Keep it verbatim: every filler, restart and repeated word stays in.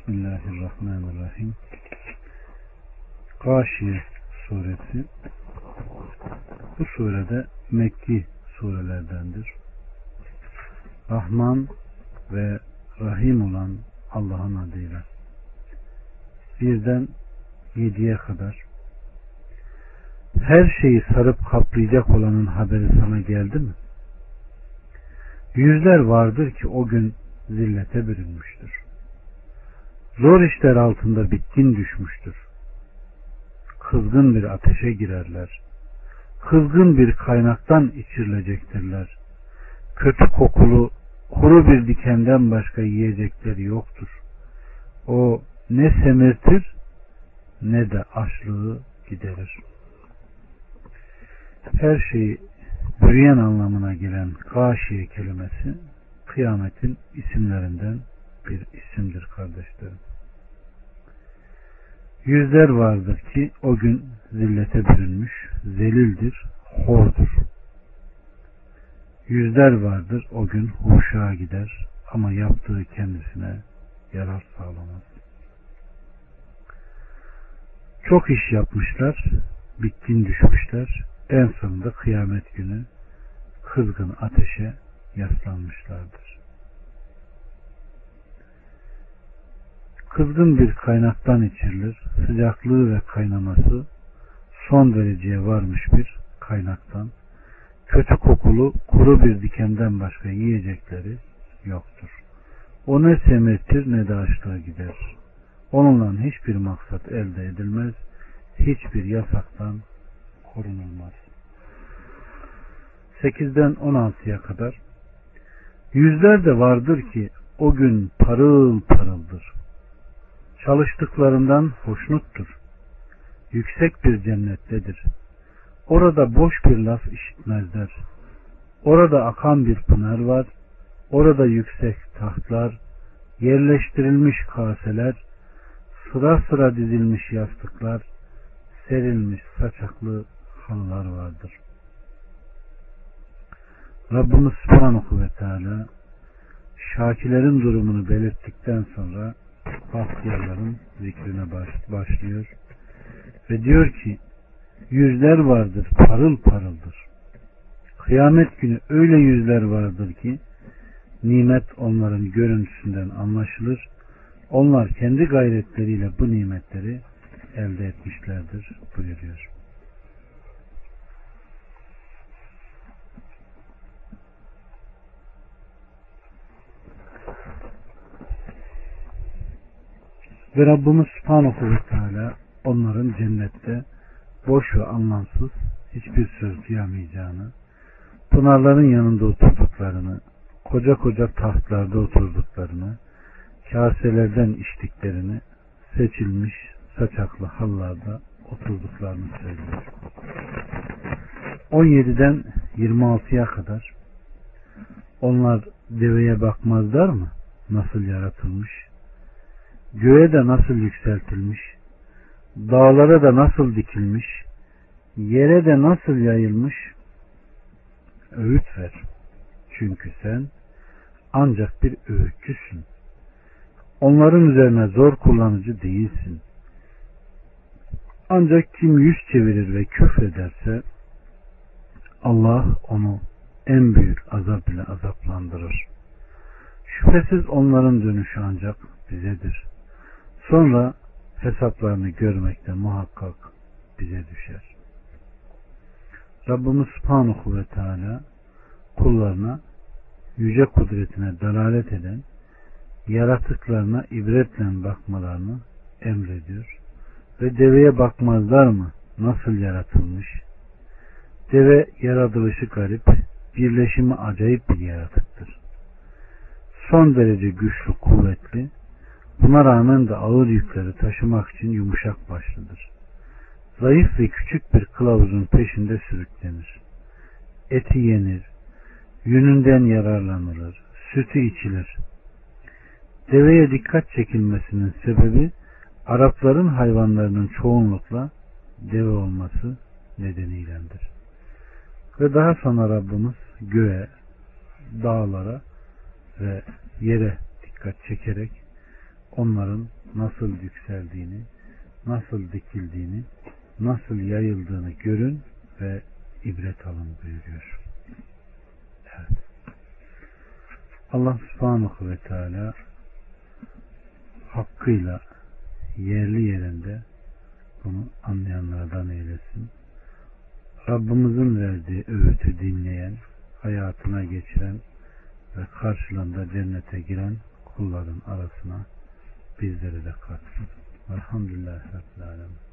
Bismillahirrahmanirrahim. Gâşiye suresi. Bu surede Mekki surelerdendir. Rahman ve Rahim olan Allah'ın adıyla. Birden yediye kadar. Her şeyi sarıp kaplayacak olanın haberi sana geldi mi? Yüzler vardır ki o gün zillete bürünmüştür. Zor işler altında bitkin düşmüştür. Kızgın bir ateşe girerler. Kızgın bir kaynaktan içirilecektirler. Kötü kokulu, kuru bir dikenden başka yiyecekleri yoktur. O ne semirtir ne de açlığı giderir. Her şeyi bürüyen anlamına gelen gâşiye kelimesi kıyametin isimlerinden bir isimdir kardeşlerim. Yüzler vardır ki o gün zillete bürünmüş, zelildir, hordur. Yüzler vardır o gün huşa gider ama yaptığı kendisine yarar sağlamaz. Çok iş yapmışlar, bitkin düşmüşler, en sonunda kıyamet günü kızgın ateşe yaslanmışlardır. Kızgın bir kaynaktan içirilir, sıcaklığı ve kaynaması son dereceye varmış bir kaynaktan, kötü kokulu, kuru bir dikenden başka yiyecekleri yoktur. O ne semirtir ne de açlığı gider. Onunla hiçbir maksat elde edilmez, hiçbir yasaktan korunulmaz. sekizden on altıya kadar. Yüzler de vardır ki o gün parıl parıldır. Çalıştıklarından hoşnuttur. Yüksek bir cennettedir. Orada boş bir laf işitmezler. Orada akan bir pınar var. Orada yüksek tahtlar, yerleştirilmiş kaseler, sıra sıra dizilmiş yastıklar, serilmiş saçaklı halılar vardır. Rabbimiz Subhanahu ve Teala şakilerin durumunu belirttikten sonra bahtiyarların zikrine başlıyor ve diyor ki yüzler vardır parıl parıldır. Kıyamet günü öyle yüzler vardır ki nimet onların görüntüsünden anlaşılır. Onlar kendi gayretleriyle bu nimetleri elde etmişlerdir buyuruyor. Ve Rabbimiz Subhanahu ve Teala onların cennette boş ve anlamsız hiçbir söz duyamayacağını, pınarların yanında oturduklarını, koca koca tahtlarda oturduklarını, kaselerden içtiklerini, seçilmiş saçaklı hallarda oturduklarını söylüyor. on yediden yirmi altıya kadar onlar deveye bakmazlar mı? Nasıl yaratılmış? Göğe de nasıl yükseltilmiş? Dağlara da nasıl dikilmiş? Yere de nasıl yayılmış? Öğüt ver. Çünkü sen ancak bir öğütçüsün. Onların üzerine zor kullanıcı değilsin. Ancak kim yüz çevirir ve küfrederse Allah onu en büyük azap ile azaplandırır. Şüphesiz onların dönüşü ancak bizedir. Sonra hesaplarını görmekte muhakkak bize düşer. Rabbimiz Subhanahu ve Teala kullarına yüce kudretine dalalet eden yaratıklarına ibretle bakmalarını emrediyor. Ve deveye bakmazlar mı? Nasıl yaratılmış? Deve yaratılışı garip, birleşimi acayip bir yaratıktır. Son derece güçlü, kuvvetli, buna rağmen de ağır yükleri taşımak için yumuşak başlıdır. Zayıf ve küçük bir kılavuzun peşinde sürüklenir. Eti yenir, yününden yararlanılır, sütü içilir. Deveye dikkat çekilmesinin sebebi Arapların hayvanlarının çoğunlukla deve olması nedeniyledir. Ve daha sonra Rabbimiz göğe, dağlara ve yere dikkat çekerek onların nasıl yükseldiğini, nasıl dikildiğini, nasıl yayıldığını görün ve ibret alın buyuruyor. Evet. Allah subhanahu ve teala hakkıyla yerli yerinde bunu anlayanlardan eylesin. Rabbimizin verdiği öğütü dinleyen, hayatına geçiren ve karşılığında cennete giren kulların arasına bizleri de katsın. Elhamdülillahi Rabbil Alemin.